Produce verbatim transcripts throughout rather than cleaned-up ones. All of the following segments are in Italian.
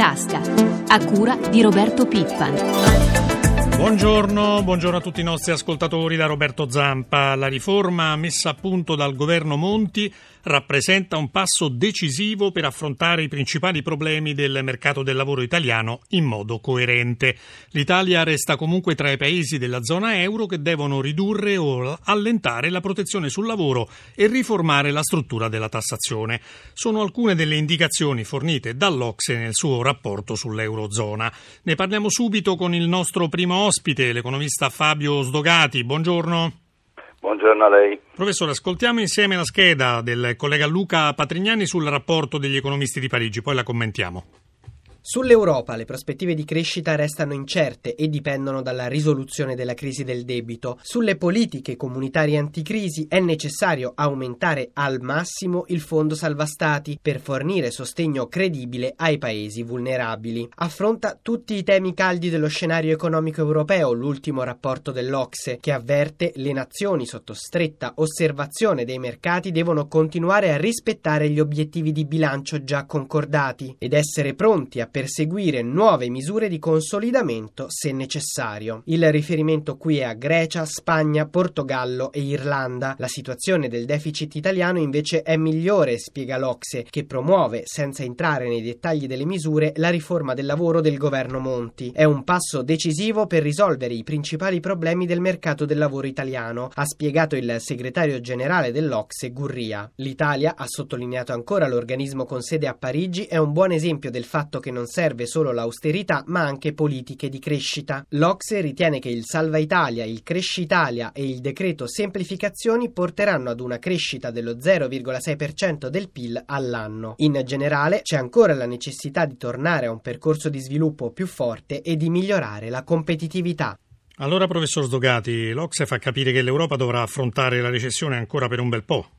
tasca, a cura di Roberto Pippan. Buongiorno, buongiorno a tutti i nostri ascoltatori da Roberto Zampa. La riforma messa a punto dal governo Monti rappresenta un passo decisivo per affrontare i principali problemi del mercato del lavoro italiano in modo coerente. L'Italia resta comunque tra i paesi della zona euro che devono ridurre o allentare la protezione sul lavoro e riformare la struttura della tassazione. Sono alcune delle indicazioni fornite dall'Ocse nel suo rapporto sull'Eurozona. Ne parliamo subito con il nostro primo ospite, l'economista Fabio Sdogati. Buongiorno. Buongiorno a lei. Professore, ascoltiamo insieme la scheda del collega Luca Patrignani sul rapporto degli economisti di Parigi, poi la commentiamo. Sull'Europa le prospettive di crescita restano incerte e dipendono dalla risoluzione della crisi del debito. Sulle politiche comunitarie anticrisi è necessario aumentare al massimo il fondo salva stati per fornire sostegno credibile ai paesi vulnerabili. Affronta tutti i temi caldi dello scenario economico europeo l'ultimo rapporto dell'Ocse, che avverte le nazioni sotto stretta osservazione dei mercati devono continuare a rispettare gli obiettivi di bilancio già concordati ed essere pronti a perseguire nuove misure di consolidamento se necessario. Il riferimento qui è a Grecia, Spagna, Portogallo e Irlanda. La situazione del deficit italiano invece è migliore, spiega l'Ocse, che promuove, senza entrare nei dettagli delle misure, la riforma del lavoro del governo Monti. È un passo decisivo per risolvere i principali problemi del mercato del lavoro italiano, ha spiegato il segretario generale dell'Ocse, Gurria. L'Italia, ha sottolineato ancora l'organismo con sede a Parigi, è un buon esempio del fatto che non serve solo l'austerità ma anche politiche di crescita. L'Ocse ritiene che il Salva Italia, il Cresci Italia e il decreto semplificazioni porteranno ad una crescita dello zero virgola sei per cento del P I L all'anno. In generale c'è ancora la necessità di tornare a un percorso di sviluppo più forte e di migliorare la competitività. Allora, professor Sdogati, l'Ocse fa capire che l'Europa dovrà affrontare la recessione ancora per un bel po'.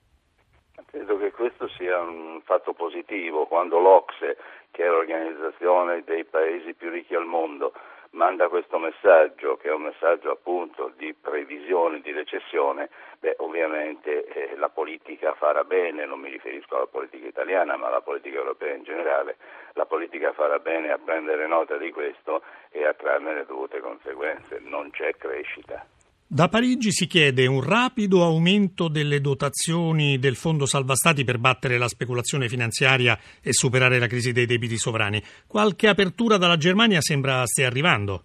Credo che questo sia un fatto positivo quando l'Ocse, che è l'organizzazione dei paesi più ricchi al mondo, manda questo messaggio, che è un messaggio appunto di previsione di recessione. Beh, ovviamente eh, la politica farà bene, non mi riferisco alla politica italiana ma alla politica europea in generale, la politica farà bene a prendere nota di questo e a trarne le dovute conseguenze. Non c'è crescita. Da Parigi si chiede un rapido aumento delle dotazioni del Fondo Salva Stati per battere la speculazione finanziaria e superare la crisi dei debiti sovrani. Qualche apertura dalla Germania sembra stia arrivando.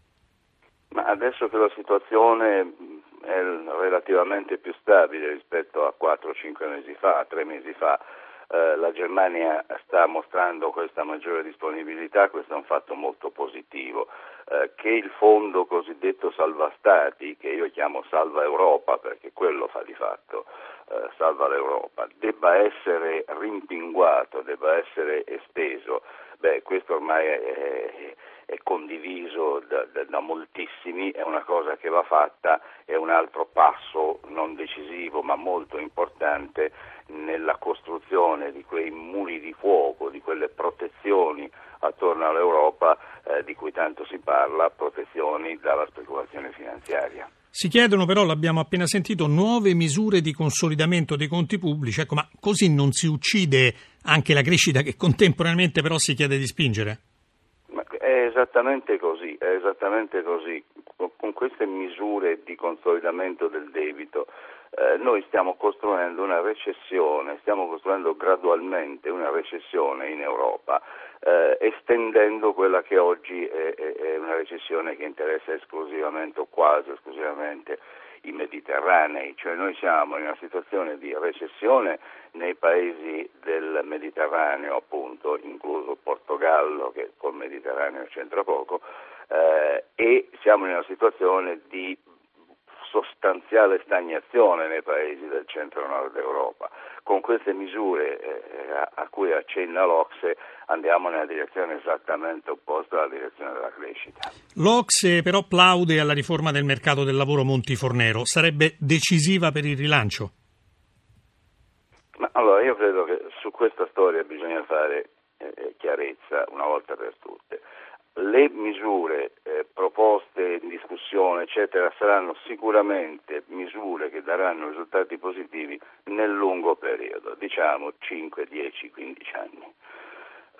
Ma adesso che la situazione è relativamente più stabile rispetto a quattro cinque mesi fa, tre mesi fa, eh, la Germania sta mostrando questa maggiore disponibilità, questo è un fatto molto positivo. Eh, che il fondo cosiddetto Salva Stati, che io chiamo Salva Europa perché quello fa di fatto eh, Salva l'Europa, debba essere rimpinguato, debba essere esteso, beh, questo ormai è, è, è condiviso da, da, da moltissimi, è una cosa che va fatta, è un altro passo non decisivo ma molto importante nella costruzione di quei muri di fuoco, di quelle protezioni attorno all'Europa eh, di cui tanto si parla, protezioni dalla speculazione finanziaria. Si chiedono però, l'abbiamo appena sentito, nuove misure di consolidamento dei conti pubblici. Ecco, ma così non si uccide anche la crescita che contemporaneamente però si chiede di spingere? Ma è esattamente così, è esattamente così. Con queste misure di consolidamento del debito eh, noi stiamo costruendo una recessione, stiamo costruendo gradualmente una recessione in Europa, eh, estendendo quella che oggi è, è, è una recessione che interessa esclusivamente o quasi esclusivamente i mediterranei, cioè noi siamo in una situazione di recessione nei paesi del Mediterraneo, appunto, incluso Portogallo, che col Mediterraneo c'entra poco, eh, e siamo in una situazione di sostanziale stagnazione nei paesi del centro-nord Europa. Con queste misure eh, a, a cui accenna l'Ocse andiamo nella direzione esattamente opposta alla direzione della crescita. L'Ocse però plaude alla riforma del mercato del lavoro Monti-Fornero. Sarebbe decisiva per il rilancio? Ma allora io credo che su questa storia bisogna fare eh, chiarezza una volta per tutte. Le misure eh, proposte in discussione eccetera saranno sicuramente misure che daranno risultati positivi nel lungo periodo, diciamo cinque, dieci, quindici anni.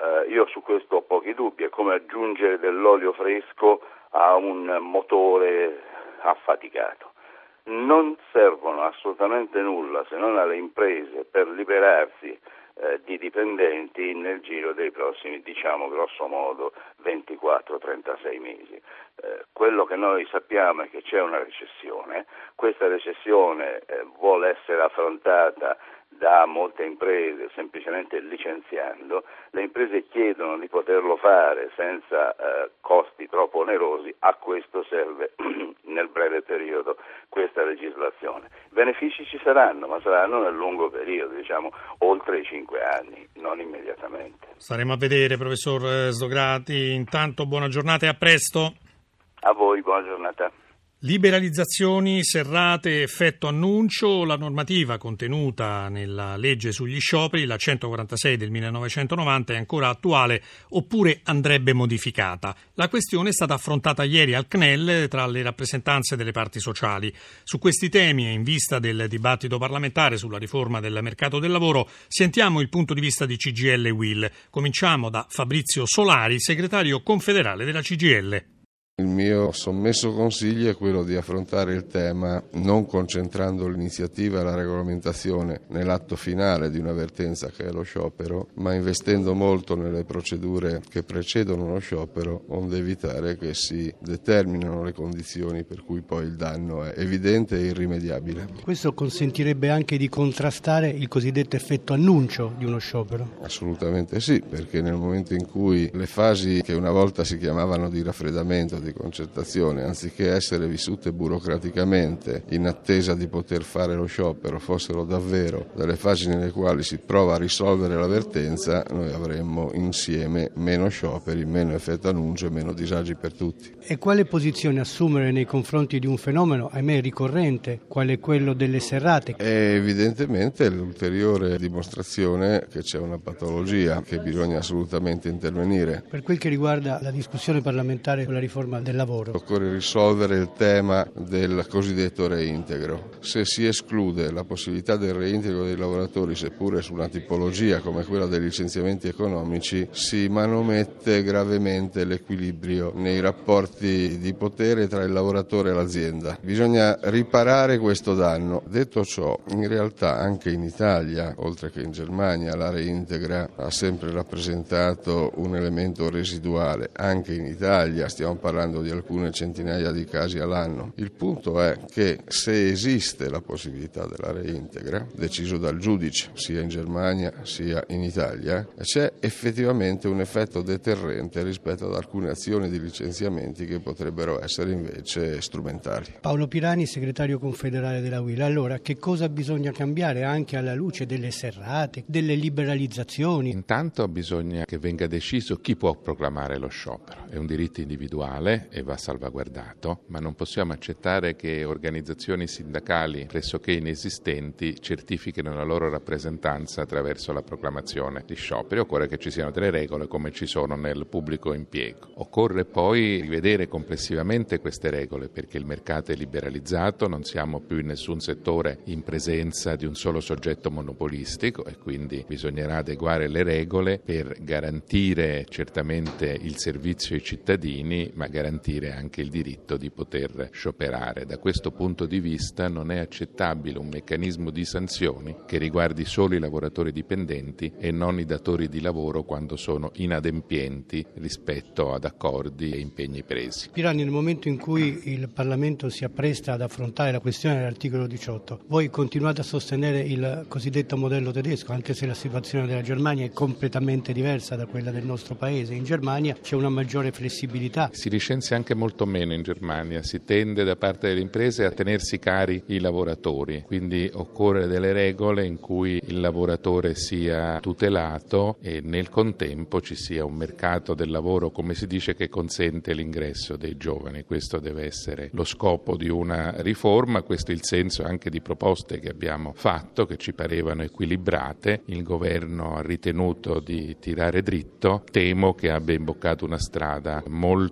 Eh, io su questo ho pochi dubbi, è come aggiungere dell'olio fresco a un motore affaticato. Non servono assolutamente nulla se non alle imprese per liberarsi eh, di dipendenti nel giro dei prossimi, diciamo grosso modo, ventiquattro trentasei mesi. Eh, quello che noi sappiamo è che c'è una recessione, questa recessione eh, vuole essere affrontata da molte imprese semplicemente licenziando, le imprese chiedono di poterlo fare senza eh, costi troppo onerosi, a questo serve nel breve periodo questa legislazione. I benefici ci saranno, ma saranno nel lungo periodo, diciamo oltre i cinque anni, non immediatamente. Staremo a vedere, professor Sdograti. Intanto buona giornata e a presto. A voi, buona giornata. Liberalizzazioni, serrate, effetto annuncio, la normativa contenuta nella legge sugli scioperi, la centoquarantasei del millenovecentonovanta, è ancora attuale oppure andrebbe modificata? La questione è stata affrontata ieri al C N E L tra le rappresentanze delle parti sociali. Su questi temi e in vista del dibattito parlamentare sulla riforma del mercato del lavoro, sentiamo il punto di vista di C G I L e U I L. Cominciamo da Fabrizio Solari, segretario confederale della C G I L. Il mio sommesso consiglio è quello di affrontare il tema non concentrando l'iniziativa e la regolamentazione nell'atto finale di un'avvertenza che è lo sciopero, ma investendo molto nelle procedure che precedono lo sciopero, onde evitare che si determinino le condizioni per cui poi il danno è evidente e irrimediabile. Questo consentirebbe anche di contrastare il cosiddetto effetto annuncio di uno sciopero? Assolutamente sì, perché nel momento in cui le fasi che una volta si chiamavano di raffreddamento, di concertazione, anziché essere vissute burocraticamente in attesa di poter fare lo sciopero, fossero davvero delle fasi nelle quali si prova a risolvere l'avvertenza, noi avremmo insieme meno scioperi, meno effetto annuncio e meno disagi per tutti. E quale posizione assumere nei confronti di un fenomeno, ahimè, ricorrente, quale quello delle serrate? È evidentemente l'ulteriore dimostrazione che c'è una patologia che bisogna assolutamente intervenire. Per quel che riguarda la discussione parlamentare sulla riforma del lavoro, occorre risolvere il tema del cosiddetto reintegro. Se si esclude la possibilità del reintegro dei lavoratori, seppure su una tipologia come quella dei licenziamenti economici, si manomette gravemente l'equilibrio nei rapporti di potere tra il lavoratore e l'azienda. Bisogna riparare questo danno. Detto ciò, in realtà anche in Italia, oltre che in Germania, la reintegra ha sempre rappresentato un elemento residuale. Anche in Italia stiamo parlando di alcune centinaia di casi all'anno. Il punto è che se esiste la possibilità della reintegra, deciso dal giudice, sia in Germania sia in Italia, c'è effettivamente un effetto deterrente rispetto ad alcune azioni di licenziamenti che potrebbero essere invece strumentali. Paolo Pirani, segretario confederale della U I L. Allora, che cosa bisogna cambiare anche alla luce delle serrate, delle liberalizzazioni? Intanto bisogna che venga deciso chi può proclamare lo sciopero. È un diritto individuale e va salvaguardato, ma non possiamo accettare che organizzazioni sindacali pressoché inesistenti certifichino la loro rappresentanza attraverso la proclamazione di scioperi. Occorre che ci siano delle regole come ci sono nel pubblico impiego. Occorre poi rivedere complessivamente queste regole perché il mercato è liberalizzato, non siamo più in nessun settore in presenza di un solo soggetto monopolistico e quindi bisognerà adeguare le regole per garantire certamente il servizio ai cittadini, ma garantire anche il diritto di poter scioperare. Da questo punto di vista non è accettabile un meccanismo di sanzioni che riguardi solo i lavoratori dipendenti e non i datori di lavoro quando sono inadempienti rispetto ad accordi e impegni presi. Pirani, nel momento in cui il Parlamento si appresta ad affrontare la questione dell'articolo diciotto, voi continuate a sostenere il cosiddetto modello tedesco, anche se la situazione della Germania è completamente diversa da quella del nostro paese. In Germania c'è una maggiore flessibilità. Si licenzia anche molto meno in Germania, si tende da parte delle imprese a tenersi cari i lavoratori, quindi occorre delle regole in cui il lavoratore sia tutelato e nel contempo ci sia un mercato del lavoro, come si dice, che consente l'ingresso dei giovani. Questo deve essere lo scopo di una riforma, questo è il senso anche di proposte che abbiamo fatto, che ci parevano equilibrate. Il governo ha ritenuto di tirare dritto, temo che abbia imboccato una strada molto difficile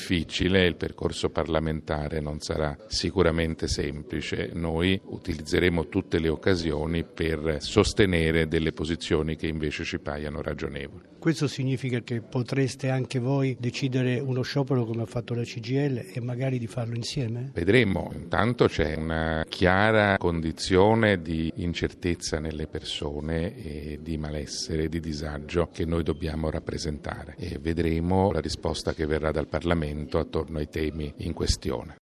difficile, il percorso parlamentare non sarà sicuramente semplice. Noi utilizzeremo tutte le occasioni per sostenere delle posizioni che invece ci paiono ragionevoli. Questo significa che potreste anche voi decidere uno sciopero come ha fatto la C G I L e magari di farlo insieme? Vedremo, intanto c'è una chiara condizione di incertezza nelle persone e di malessere, di disagio che noi dobbiamo rappresentare e vedremo la risposta che verrà dal Parlamento attorno ai temi in questione.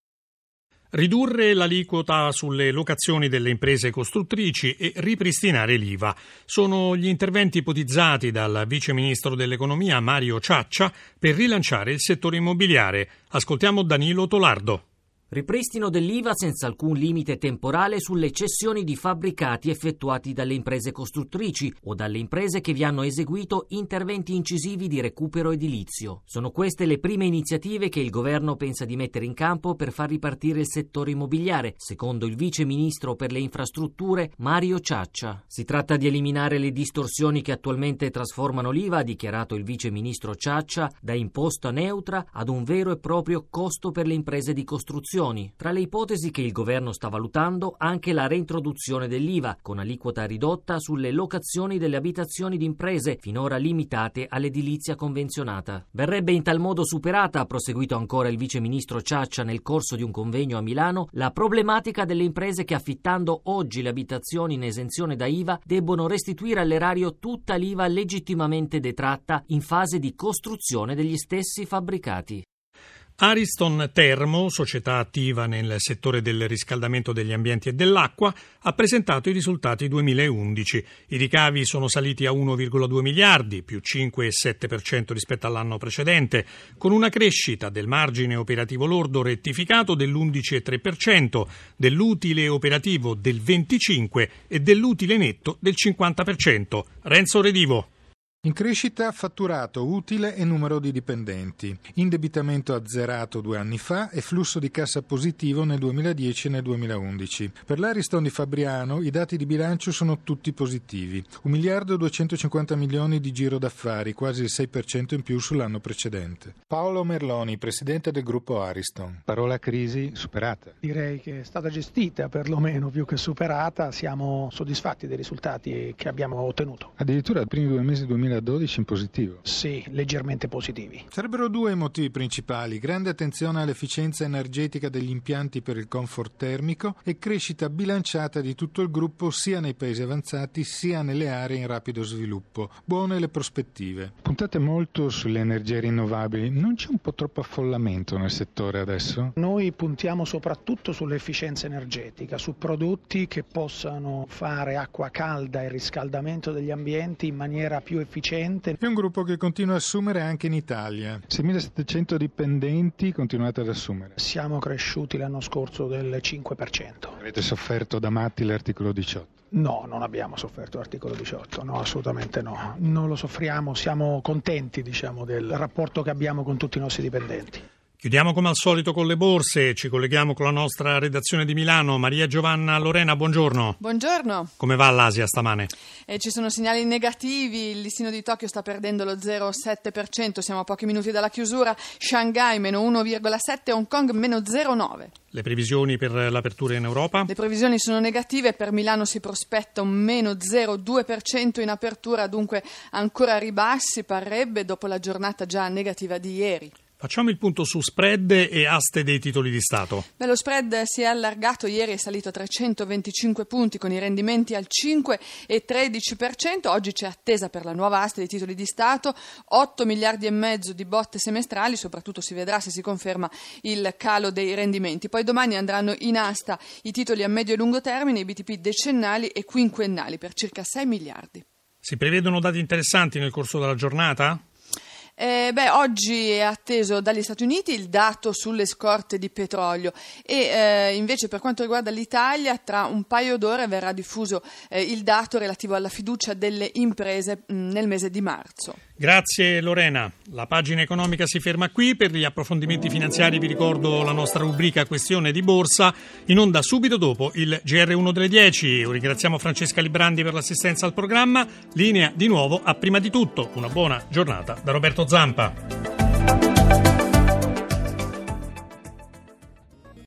Ridurre l'aliquota sulle locazioni delle imprese costruttrici e ripristinare l'I V A. Sono gli interventi ipotizzati dal Vice Ministro dell'Economia Mario Ciaccia per rilanciare il settore immobiliare. Ascoltiamo Danilo Tolardo. Ripristino dell'I V A senza alcun limite temporale sulle cessioni di fabbricati effettuati dalle imprese costruttrici o dalle imprese che vi hanno eseguito interventi incisivi di recupero edilizio. Sono queste le prime iniziative che il governo pensa di mettere in campo per far ripartire il settore immobiliare, secondo il vice ministro per le infrastrutture Mario Ciaccia. Si tratta di eliminare le distorsioni che attualmente trasformano l'I V A, ha dichiarato il vice ministro Ciaccia, da imposta neutra ad un vero e proprio costo per le imprese di costruzione. Tra le ipotesi che il governo sta valutando anche la reintroduzione dell'I V A con aliquota ridotta sulle locazioni delle abitazioni di imprese finora limitate all'edilizia convenzionata. Verrebbe in tal modo superata, ha proseguito ancora il vice ministro Ciaccia nel corso di un convegno a Milano, la problematica delle imprese che affittando oggi le abitazioni in esenzione da I V A debbono restituire all'erario tutta l'I V A legittimamente detratta in fase di costruzione degli stessi fabbricati. Ariston Termo, società attiva nel settore del riscaldamento degli ambienti e dell'acqua, ha presentato i risultati duemilaundici. I ricavi sono saliti a uno virgola due miliardi, più cinque virgola sette per cento rispetto all'anno precedente, con una crescita del margine operativo lordo rettificato dell'undici virgola tre per cento, dell'utile operativo del venticinque per cento e dell'utile netto del cinquanta per cento. Renzo Redivo. In crescita fatturato, utile e numero di dipendenti, indebitamento azzerato due anni fa e flusso di cassa positivo nel duemiladieci e nel duemilaundici. Per l'Ariston di Fabriano i dati di bilancio sono tutti positivi, un miliardo e duecentocinquanta milioni di giro d'affari, quasi il sei per cento in più sull'anno precedente. Paolo Merloni, presidente del gruppo Ariston. Parola crisi superata. Direi che è stata gestita perlomeno più che superata, siamo soddisfatti dei risultati che abbiamo ottenuto. Addirittura ai primi due mesi duemiladodici in positivo. Sì, leggermente positivi. Sarebbero due i motivi principali: grande attenzione all'efficienza energetica degli impianti per il comfort termico e crescita bilanciata di tutto il gruppo sia nei paesi avanzati sia nelle aree in rapido sviluppo. Buone le prospettive. Puntate molto sulle energie rinnovabili, non c'è un po' troppo affollamento nel settore adesso? Noi puntiamo soprattutto sull'efficienza energetica, su prodotti che possano fare acqua calda e riscaldamento degli ambienti in maniera più efficiente. È un gruppo che continua a assumere anche in Italia. seimilasettecento dipendenti continuate ad assumere. Siamo cresciuti l'anno scorso del cinque per cento. Avete sofferto da matti l'articolo diciotto? No, non abbiamo sofferto l'articolo diciotto, no, assolutamente no. Non lo soffriamo, siamo contenti, diciamo, del rapporto che abbiamo con tutti i nostri dipendenti. Chiudiamo come al solito con le borse, ci colleghiamo con la nostra redazione di Milano. Maria Giovanna Lorena, buongiorno. Buongiorno. Come va l'Asia stamane? Eh, ci sono segnali negativi, il listino di Tokyo sta perdendo lo zero virgola sette per cento, siamo a pochi minuti dalla chiusura, Shanghai meno uno virgola sette, Hong Kong meno zero virgola nove. Le previsioni per l'apertura in Europa? Le previsioni sono negative, per Milano si prospetta un meno zero virgola due per cento in apertura, dunque ancora ribassi parrebbe dopo la giornata già negativa di ieri. Facciamo il punto su spread e aste dei titoli di Stato. Beh, lo spread si è allargato, ieri è salito a trecentoventicinque punti con i rendimenti al cinque virgola tredici per cento, oggi c'è attesa per la nuova aste dei titoli di Stato, otto miliardi e mezzo di botte semestrali, soprattutto si vedrà se si conferma il calo dei rendimenti. Poi domani andranno in asta i titoli a medio e lungo termine, i B T P decennali e quinquennali per circa sei miliardi. Si prevedono dati interessanti nel corso della giornata? Eh, beh, oggi è atteso dagli Stati Uniti il dato sulle scorte di petrolio e eh, invece per quanto riguarda l'Italia tra un paio d'ore verrà diffuso eh, il dato relativo alla fiducia delle imprese mh, nel mese di marzo. Grazie Lorena. La pagina economica si ferma qui. Per gli approfondimenti finanziari vi ricordo la nostra rubrica Questione di Borsa, in onda subito dopo il G R uno delle dieci. Ringraziamo Francesca Librandi per l'assistenza al programma. Linea di nuovo a Prima di Tutto. Una buona giornata da Roberto Zampa.